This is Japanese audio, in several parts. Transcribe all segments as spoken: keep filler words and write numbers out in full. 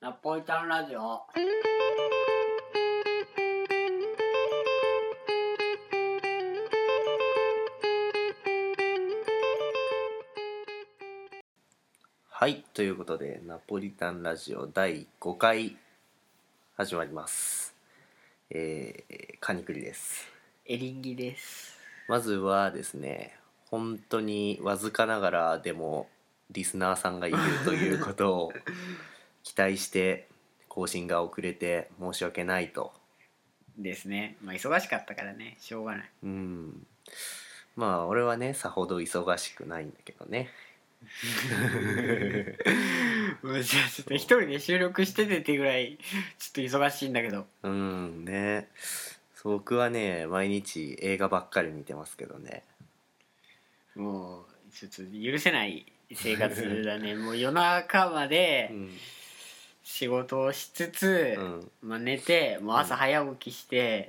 ナポリタンラジオ。 はい、ということでナポリタンラジオだいごかい始まります。えー、カニクリです。 エリンギです。 まずはですね、本当にわずかながらでもリスナーさんがいるということを期待して更新が遅れて申し訳ないと。 ですね。まあ忙しかったからね、しょうがない。 うんまあ俺はねさほど忙しくないんだけどね。 もうじゃあちょっと一人で収録しててってぐらいちょっと忙しいんだけど。 うんね僕はね毎日映画ばっかり見てますけどね。 もうちょっと許せない生活だね。もう夜中までうん仕事をしつつ、 うんまあ、寝てもう朝早起きして、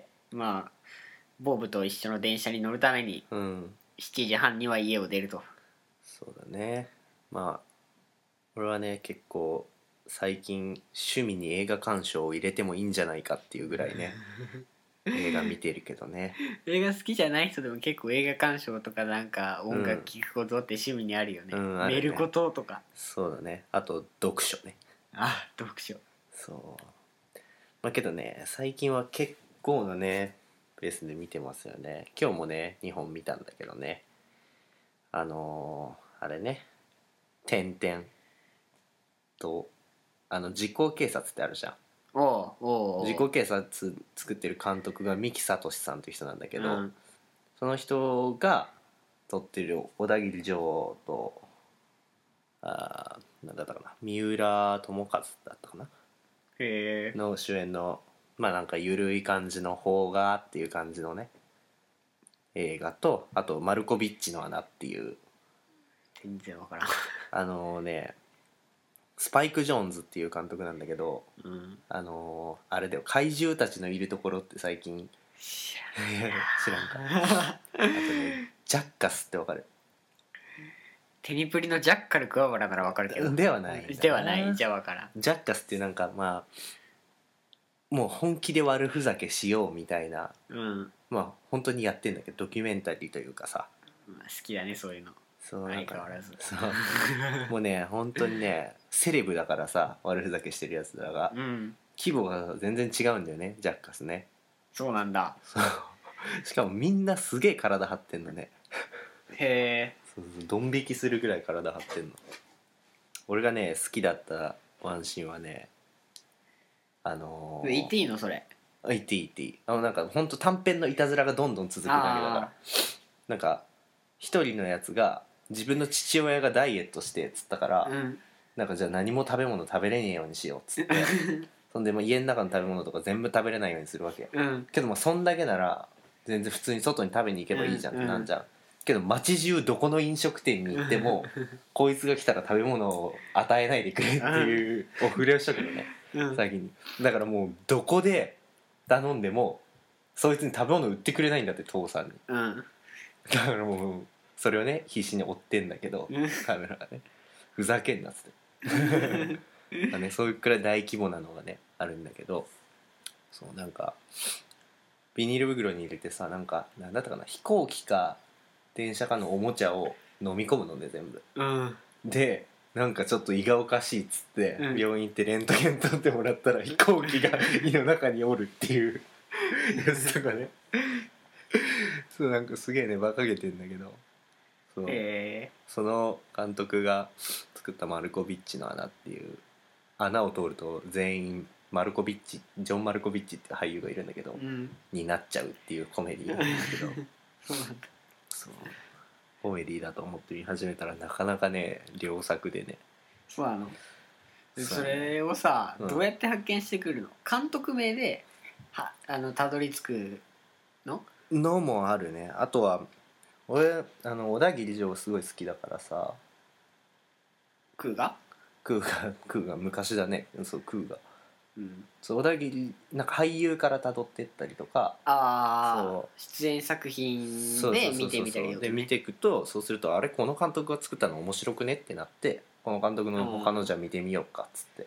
うん、まあボブと一緒の電車に乗るためにうんしちじはんには家を出ると。 そうだね。まあ俺はね結構最近趣味に映画鑑賞を入れてもいいんじゃないかっていうぐらいね映画見てるけどね。 映画好きじゃない人でも結構映画鑑賞とかなんか音楽聴くことって趣味にあるよね、 うんあるね寝ることとか。 そうだね。あと読書ね。 あ、読書。 そうまあけどね最近は結構なねペースで見てますよね。今日もねにほん見たんだけどね。あのー、あれね点々とあの時効警察ってあるじゃん。 おうおうおう。 時効警察作ってる監督が三木聡さんという人なんだけど、 うん、 その人が撮ってる小田切丈とあなんだったかな三浦友和だったかなへえ。 の主演のまあなんかゆるい感じの邦画っていう感じのね映画と、あとマルコビッチの穴っていう全然わからん。 あのねスパイク・ジョーンズっていう監督なんだけど、 うん、 あのー、あれだよ怪獣たちのいるところって最近知知らんか。あとねジャッカスってわかる？ テニプリのジャッカル桑原ならわかるけどではないんだな。 ではないじゃわからん。 ジャッカスっていうなんかまあもう本気で悪ふざけしようみたいな、 うんまあ本当にやってんだけどドキュメンタリーというかさ、 まあ、好きだねそういうの。 そうなんか相変わらずそうもうね本当にねセレブだからさ悪ふざけしてるやつらが、 うん、 規模が全然違うんだよねジャッカスね。 そうなんだ。 そうしかもみんなすげえ体張ってんのね。 へえ。 そうそうドン引きするぐらい体張ってんの。俺がね好きだったワンシーンはねあのー、 言っていいのそれ？ あ言っていい言っていい。あのなんかほんと短編のいたずらがどんどん続くだけだからなんか一人のやつが自分の父親がダイエットしてっつったから、 うん、 なんかじゃあ何も食べ物食べれねえようにしようっつってそんでまあ家の中の食べ物とか全部食べれないようにするわけ、 うん、 けどまあそんだけなら全然普通に外に食べに行けばいいじゃんってなんじゃん、けど街中どこの飲食店に行ってもこいつが来たら食べ物を与えないでくれっていうお触れをしとくのね、 うん、 先に。だからもうどこで頼んでもそいつに食べ物売ってくれないんだって父さんに。 うん、 だからもうそれをね必死に追ってんだけどカメラがねふざけんなっつってあ、ね、そういうくらい大規模なのがねあるんだけど、そうなんかビニール袋に入れてさなんかなんだったかな飛行機か電車かのおもちゃを飲み込むのね全部、 うん、 でなんかちょっと胃がおかしいっつって、 うん、 病院行ってレントゲン取ってもらったら飛行機が胃の中におるっていうやつとかねそうなんかすげえね馬鹿げてんだけど、そう、 えその監督が作ったマルコビッチの穴っていう穴を通ると全員マルコビッチジョン・マルコビッチっていう俳優がいるんだけど、 ー、うん、 になっちゃうっていうコメディーなんですけどそうなんだ。 そうコメディーだと思って見始めたらなかなかね良作でね。 そうなの。 そうそれをさ、 うんどうやって発見してくるの？監督名ではあのたどり着くの？ のもあるね。あとは俺あの小田切丈すごい好きだからさ、 クーが？ クーがクーが昔だね。そうクーがうん、 そう小田切なんか俳優から辿ってったりとか、 ああそう出演作品そうそうで見そうそうてみたりとか、 で見ていくとそうするとあれこの監督が作ったの面白くねってなってこの監督の他のじゃあ見てみようかっつって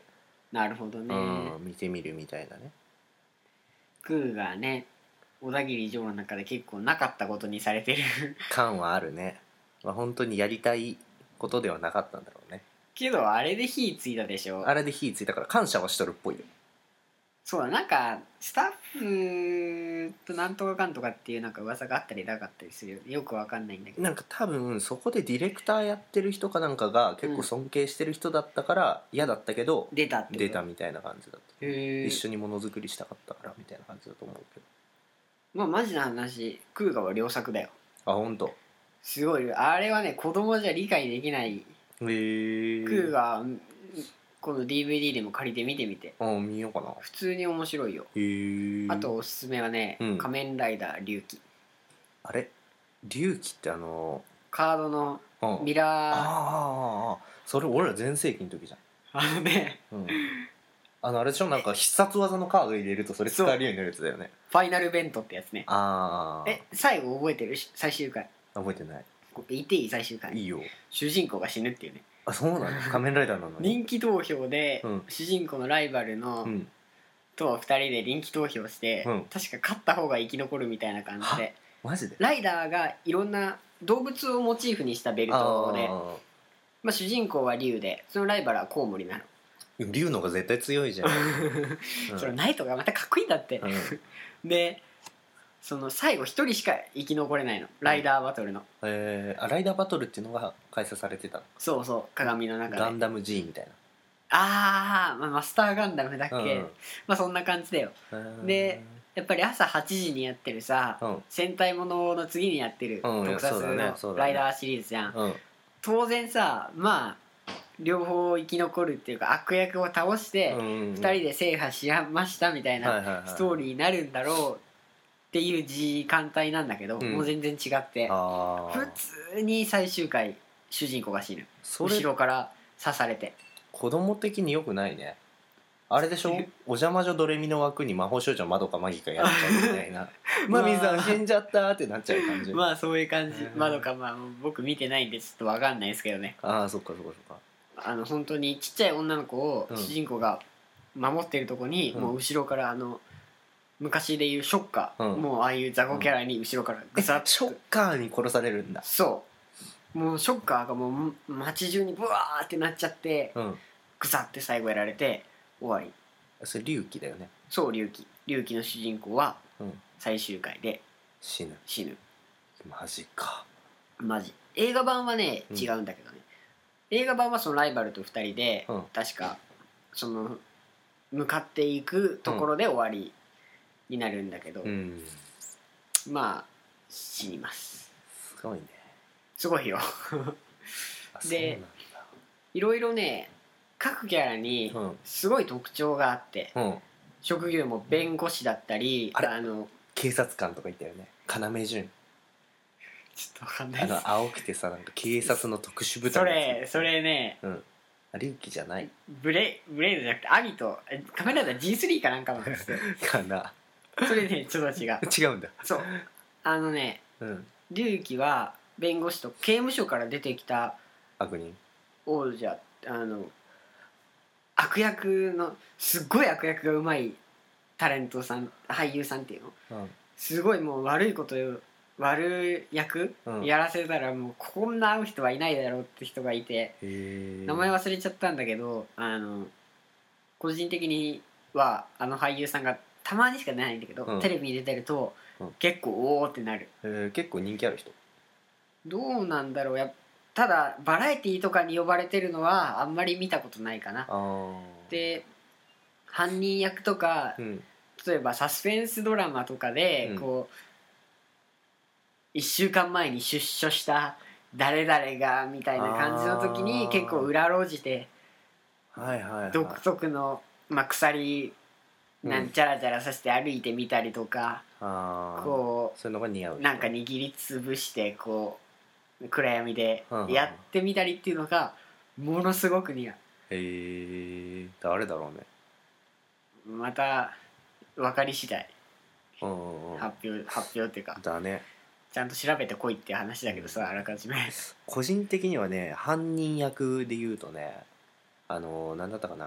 なるほどね。 うん、見てみるみたいなね。 クーがね小田切城の中で結構なかったことにされてる感はあるね。まあ、本当にやりたいことではなかったんだろうね。 けどあれで火ついたでしょ。 あれで火ついたから感謝はしとるっぽいよ。 そうだ、なんかスタッフとなんとかかんとかっていうなんか噂があったりなかったりするよね。よくわかんないんだけど、 なんか多分そこでディレクターやってる人かなんかが結構尊敬してる人だったから嫌だったけど、 出たってこと出たみたいな感じだった。 へー一緒にものづくりしたかったからみたいな感じだと思うけまあマジな話、クーガは良作だよ。 ど。あ、ほんと。 すごい、あれはね子供じゃ理解できない。 へえ。 クーガこの ディーブイディー でも借りて見てみて、 あ、見ようかな。 普通に面白いよ。 へえ。 あとおすすめはね、 うん仮面ライダー龍騎。 あれ龍騎ってあのカードのうんミラー、 ああああそれ俺ら全盛期の時じゃあのねん、うん、あのあれでしょ、なんか必殺技のカード入れるとそれ使えるようになるやつだよね。 ファイナルベントってやつね。 ああえ最後覚えてる？最終回覚えてない。 言っていい？最終回いいよ。 主人公が死ぬっていうね。 あ、そうなの仮面ライダーなのに。 人気投票で、 うん主人公のライバルの、 うんとふたりで人気投票して、 うん確か勝った方が生き残るみたいな感じで、 マジでライダーがいろんな動物をモチーフにしたベルトで、 あまあ、主人公は竜でそのライバルはコウモリなの、 ー竜の方が絶対強いじゃん、うんそのナイトがまたかっこいいんだって、 うんでその最後一人しか生き残れないの、ライダーバトルの。 えー、あライダーバトルっていうのが開催されてたの。 そうそう鏡の中でガンダム G みたいあー、まあ、マスターガンダムだっけ、 な。うんまあそんな感じだよ。 うんでやっぱり朝はちじにやってるさ、 うん戦隊ものの次にやってるうん特撮そうだねそうだねのライダーシリーズじゃん、 うん当然さまあ両方生き残るっていうか悪役を倒してうんうんうんふたりで制覇しましたみたいはいはいはないストーリーになるんだろうっていう時間帯なんだけど、 うんもう全然違ってあー普通に最終回主人公が死ぬ、 それ後ろから刺されて。 子供的に良くないね。あれでしょお邪魔女ドレミの枠に魔法少女まどかマギカやっちゃうみたいなマミさん死んじゃったってなっちゃう感じ。 まあそういう感じ。 うんまどかまあ僕見てないんでちょっと分かんないですけどね。 ああそっかそっかそっか。 あの本当にちっちゃい女の子をうん主人公が守ってるとこに、 うんもう後ろからあの昔でいうショッカー、 うんもうああいう雑魚キャラに後ろからグサッと、 ショッカーに殺されるんだ。 そうもうショッカーがもう街中にブワーってなっちゃってうんグサッて最後やられて終わり。 それ龍騎だよね。 そう龍騎龍騎の主人公はうん最終回で死ぬ。 死ぬ。 マジか。 マジ映画版はねうん違うんだけどね、映画版はそのライバルとふたりで、 うん確かその向かっていくところで終わりになるんだけど、 うんまあ死にます。 すごいね。 すごいよあでそうなんだ。 いろいろね各キャラにうんすごい特徴があって、 うん職業も弁護士だったりあれあの警察官とか言ったよね。要潤。 ちょっとわかんないあですの青くてさなんか警察の特殊部隊そのやつれそれねうんあ龍騎じゃないブレブレイドじゃなくてアミとえカメラだ ジースリー かなんかなんですよかな。 それねちょっと違う違うんだ。 そうあのねうん龍騎は弁護士と刑務所から出てきた悪人。 王者あの悪役のすっごい悪役がうまいタレントさん俳優さんっていうのうんすごいもう悪いこと悪役、 うんやらせたらもうこんな合う人はいないだろうって人がいてへえ名前忘れちゃったんだけどあの個人的にはあの俳優さんがたまにしか出ないんだけど、 うんテレビに出てると、 うん結構おおってなる。 えー結構人気ある人。 どうなんだろうやただバラエティーとかに呼ばれてるのはあんまり見たことないかな。 ああで犯人役とかうん例えばサスペンスドラマとかで、 うんこういっしゅうかんまえに出所した誰々がみたいな感じの時にあー結構裏路地ではいはいはい独特の、まあ、鎖なんちゃらちゃらさせて歩いてみたりとか、 ああこそういうのが似合う人。 うなんか握りつぶしてこう暗闇でうんやってみたりっていうのがものすごく似合へえ誰だろうね。 う。また分かり次第うんうんうん発表発表っていうかだね。 ちゃんと調べてこいっていう話だけどさあらかじめ個人的にはね犯人役で言うとねあのー、なんだったかな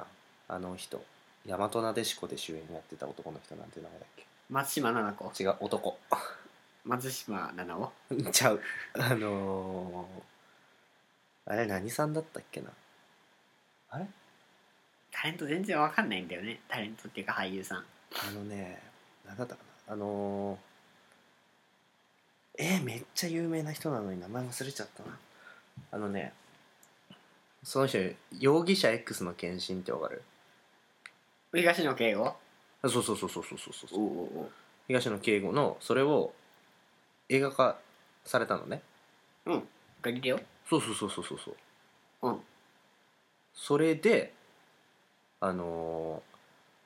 あの人大和なでしこで主演やってた男の人なんていう名前だっ松島菜々子。 け。違う、男。 松島菜々子。 ちゃう。あのー、あれ何さんだったっけな。あれタレント全然わかんないんだよね。タレントっていうか俳優さん。 あのね何だったかな、あのー、えー、めっちゃ有名な人なのに名前忘れちゃったな。あのねその人容疑者 X の献身ってわかる？ 東野圭吾。 あそうそうそうそうそうそうそうおうおうおう。 東野圭吾のそれを映画化されたのね。 うんガリレオ。 そうそうそうそうそうそううんそれであのー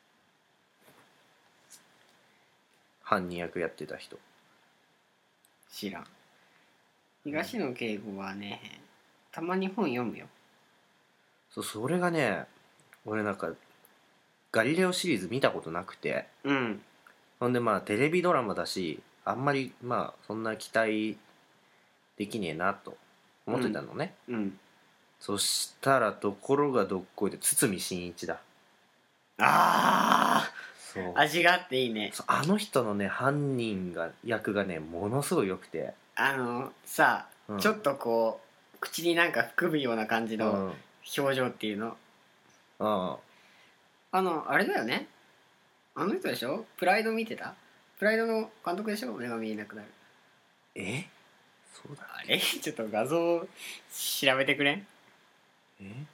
犯人役やってた人。 知らん。東野圭吾はねたまに本読むよ。 そうそれがね俺なんかガリレオシリーズ見たことなくて、 うんほんでまあテレビドラマだしあんまりまあそんな期待できねえなと思ってたのね、 うんそしたらところがどっこいで堤真一だ。 あそうー味があっていいね。 そうあの人のね犯人が役がねものすごい良くて、 あのさ、 うんちょっとこう口になんか含むような感じうんの表情っていうの、 うんあのあれだよね。あの人でしょ。プライド見てた。プライドの監督でしょ。目が見えなくなる。 えそうだあれちょっと画像調べてくれん。 え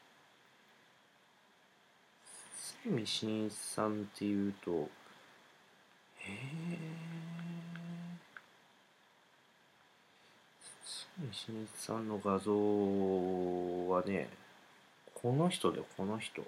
堤真一さんっていうとええ堤真一さんの画像はねこの人でこの人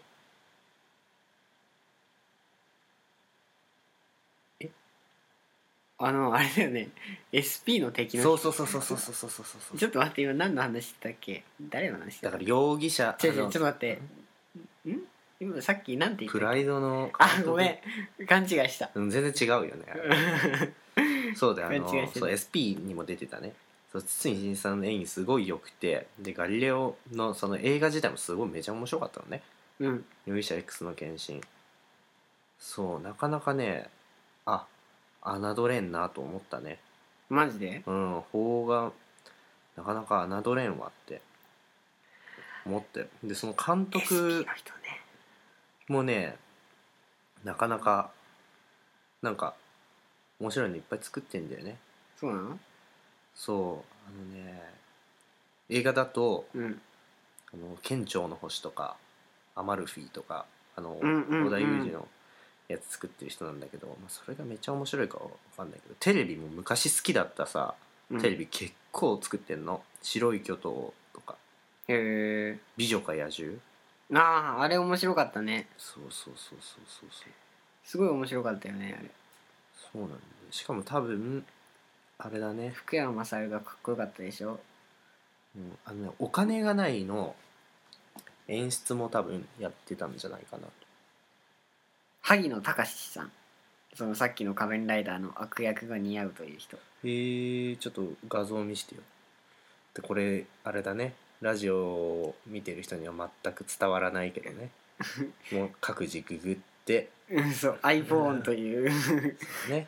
あのあれだよね。 エスピー の敵の人。 そうそうそうそうそうそうそうそうそうちょっと待って、今何の話してたっけ。誰の話してた。 だから容疑者ちょちょちょあのっと待って。ん今さっきなんて言ったっけ。 プライドのあごめん勘違いした。 うん全然違うよねそうだよあの勘違いしてたそう エスピー にも出てたね。そう堤真一さんの演技すごい良くてでガリレオのその映画自体もすごいめちゃ面白かったのね。 うん容疑者 X の献身そうなかなかねあ侮れんなと思ったね。 マジで。 うん法がなかなか侮れんわって思ってでその監エスピー督の人ね。 もねなかなかなんか面白いのいっぱい作ってんだよね。 そうなの。 そうあのね映画だとうん 「あの県庁の星」とか「アマルフィ」とかあのうんうんうん織田裕二のやつ作ってる人なんだけど、まあ、それがめっちゃ面白いかわかんないけどテレビも昔好きだったさうんテレビ結構作ってんの「白い巨頭」とかへえ。 「美女か野獣」 あああれ面白かったね。 そうそうそうそうそうそうすごい面白かったよねあれ。 そうなんだよ。しかも多分あれだね、 福山雅治がかっこよかったでしょ。 うんあのねお金がないの演出も多分やってたんじゃないかなと。 萩野隆さん。そのさっきの仮面ライダーの悪役が似合うという人。 へえちょっと画像見してよ。でこれあれだねラジオを見てる人には全く伝わらないけどねもう各自ググってうんそう iPhone というね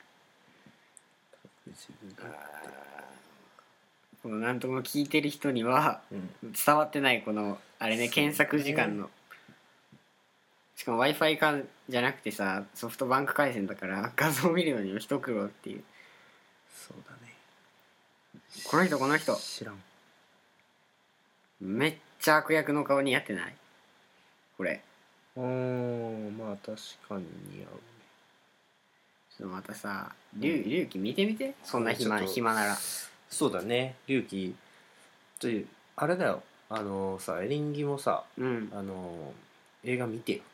各自ググっこのなんとも聞いてる人にはて、うん、 伝わってないこのあれねそうね検索時間の。しかも Wi-Fi かじゃなくてさソフトバンク回線だから画像を見るのにも一苦労っていう。 そうだねこの人この人知らん。 めっちゃ悪役の顔似合ってないこれ。 うーんまあ確かに似合うね。 ちょっとまたさ龍龍騎見てみて。そんな暇ちょっと暇なら。 そうだね龍騎ちょあれだよあのさエリンギもさうんあの映画見てよ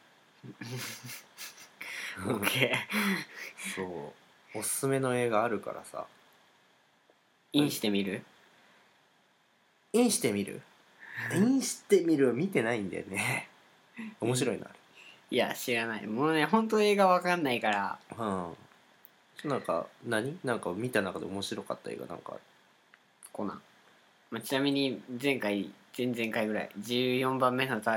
オッケーそうおすすめの映画あるからさインしてみる。 インしてみるインしてみる見てないんだよね面白いなあれ。 いや知らない。もうね本当映画わかんないから。 うんなんか何なんか見た中で面白かった映画なんかある。 コナン、まあ、ちなみに前回前々回ぐらいじゅうよんばんめのターゲッ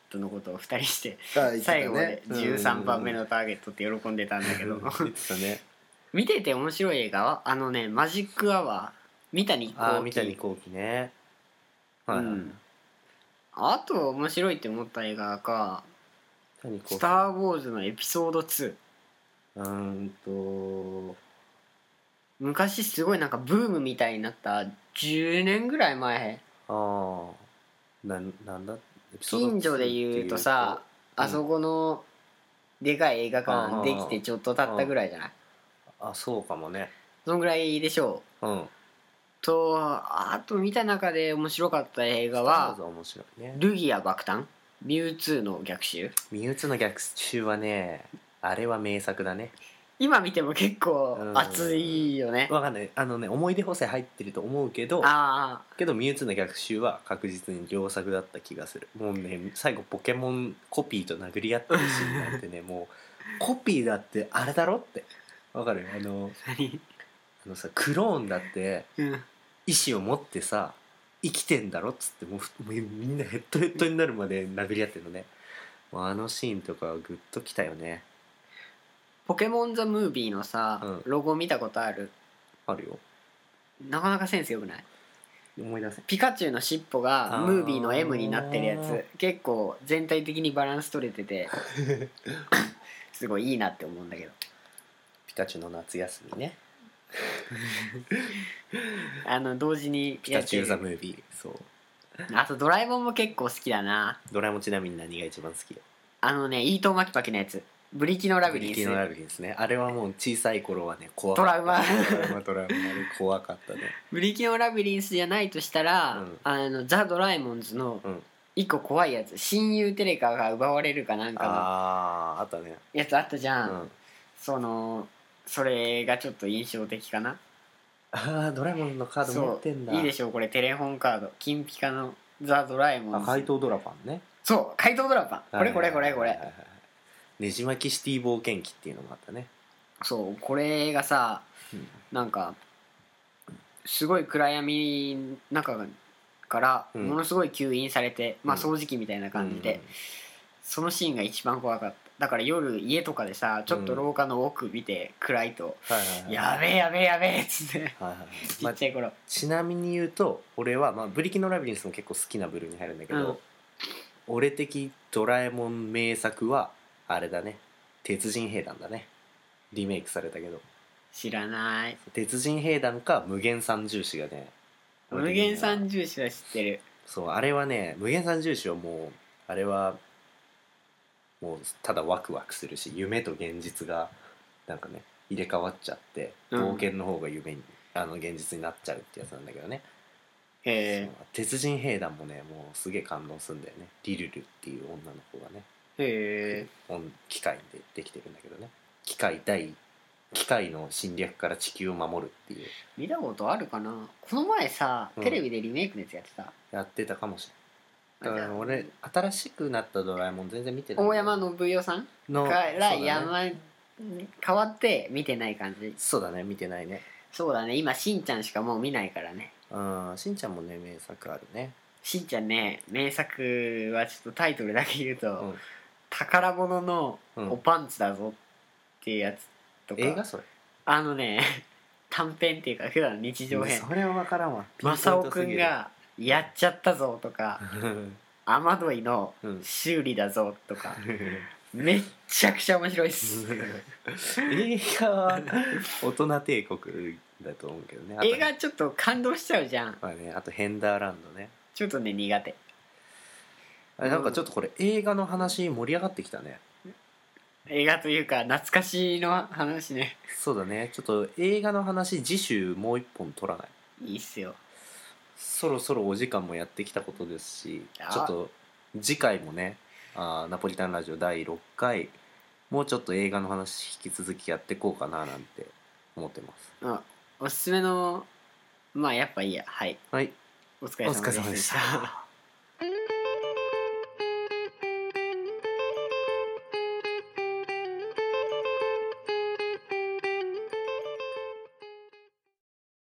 トのことをふたりしてあ言ってたね最後までじゅうさんばんめうんのターゲットって喜んでたんだけど言ってたね。 見てて面白い映画はあのねマジックアワー三谷幸喜ああ三谷幸喜ね。はいはい、 うんあと面白いって思った映画か「 三谷幸喜スター・ウォーズ」のエピソードツー。 うーんと昔すごいなんかブームみたいになったじゅうねんぐらい前ああなんなんだエピソード近所で言うとさうんあそこのでかい映画館できてちょっと経ったぐらいじゃないあそうかもね。 そのぐらいでしょううんとあと見た中で面白かった映画スター・ウォーはズは面白いね。 ルギア爆誕ミュウツーの逆襲。 ミュウツーの逆襲はねあれは名作だね。 今見ても結構うん熱いよね。 わかんないあのね思い出補正入ってると思うけどあけどミュウツーの逆襲は確実に良作だった気がする。もうね最後ポケモンコピーと殴り合ってるシーンなんてねもうコピーだってあれだろってわかるあのあ何あのさクローンだってうん意志を持ってさ生きてんだろっつってもうふもうみんなヘッドヘッドになるまで殴り合ってるのね。もうあのシーンとかはグッときたよね。 ポケモンザムービーのさ、 うんロゴ見たことある？ あるよなかなかセンスよくない？ 思い出せピカチュウの尻尾があームービーの エム になってるやつ結構全体的にバランス取れててすごいいいなって思うんだけどピカチュウの夏休みねあの同時にピカチュウ・ザ・ムービーそうあとドラえもんも結構好きだな。 ドラえもんちなみに何が一番好きよ。 あのねイートーマキパキのやつブリキのラビリンスブリキのラビリンスねあれはもう小さい頃はね怖かったトラウマトラウマトラウマあれ怖かったねブリキのラビリンスじゃないとしたら、 うんあのザ・ドラえもんズのうん一個怖いやつ親友テレカが奪われるかなんかあーあったねのやつあったじゃん、 うんそのそれがちょっと印象的かな。 ああドラえもんのカード持ってんだそういいでしょうこれテレホンカード金ピカのザ・ドラえもんあズ怪盗ドラパンねそう怪盗ドラパンこれこれこれこれはいはいはいはいねじ巻きシティ冒険記っていうのもあったね、 そうこれがさうんなんかすごい暗闇の中からうんものすごい吸引されて、まあうん掃除機みたいな感じで、そのシーンが一番怖かった。だから夜家とかでさちょっと廊下の奥見て暗いと、 はいはいはいやべえやべえやべえっつってはいはいちっちゃい頃、 まあちなみに言うと俺は、まあ、ブリキのラビリンスも結構好きな部類に入るんだけど、 うん俺的ドラえもん名作はあれだね鉄人兵団だね。リメイクされたけど知らない。 鉄人兵団か無限三重士がね無限三重視は知ってる。 そうあれはね無限三重士はもうあれはもうただワクワクするし夢と現実がなんかね入れ替わっちゃってうん冒険の方が夢に、あの現実になっちゃうってやつなんだけどね。 へそう鉄人兵団もねもうすげえ感動するんだよね。リルルっていう女の子がねえへおん機械でできてるんだけどね機械対機械の侵略から地球を守るっていうえ見たことあるかな。この前さうんテレビでリメイクのやつやってた、 やってたかもしれない。 あじゃあだから俺新しくなったドラえもん全然見てない大山信代さんのからそうだね山変わって見てない感じ。 そうだね見てないね。 そうだね今しんちゃんしかもう見ないからね。 うんしんちゃんもね名作あるね。 しんちゃんね名作はちょっとタイトルだけ言うと、 うん宝物のうんおパンツだぞっていうやつとか、 映画それあのね短編っていうか普段の日常編それは分からんわ。 正雄くんがやっちゃったぞとか雨どいのうん修理だぞとか、めっちゃくちゃ面白いっす映画は大人帝国だと思うけどね。あと映画ちょっと感動しちゃうじゃん。 まあねあとヘンダーランドね。 ちょっとね苦手。 あれなんかちょっとこれ映画の話盛り上がってきたね。 映画というか懐かしの話ね。 そうだねちょっと映画の話次週もう一本撮らない。 いいっすよ。 そろそろお時間もやってきたことですしあちょっと次回もねあーナポリタンラジオだいろっかいもうちょっと映画の話引き続きやっていこうかななんて思ってます。 あおすすめのまあやっぱいいやはいはいお疲れ様お疲れ様でしでしたた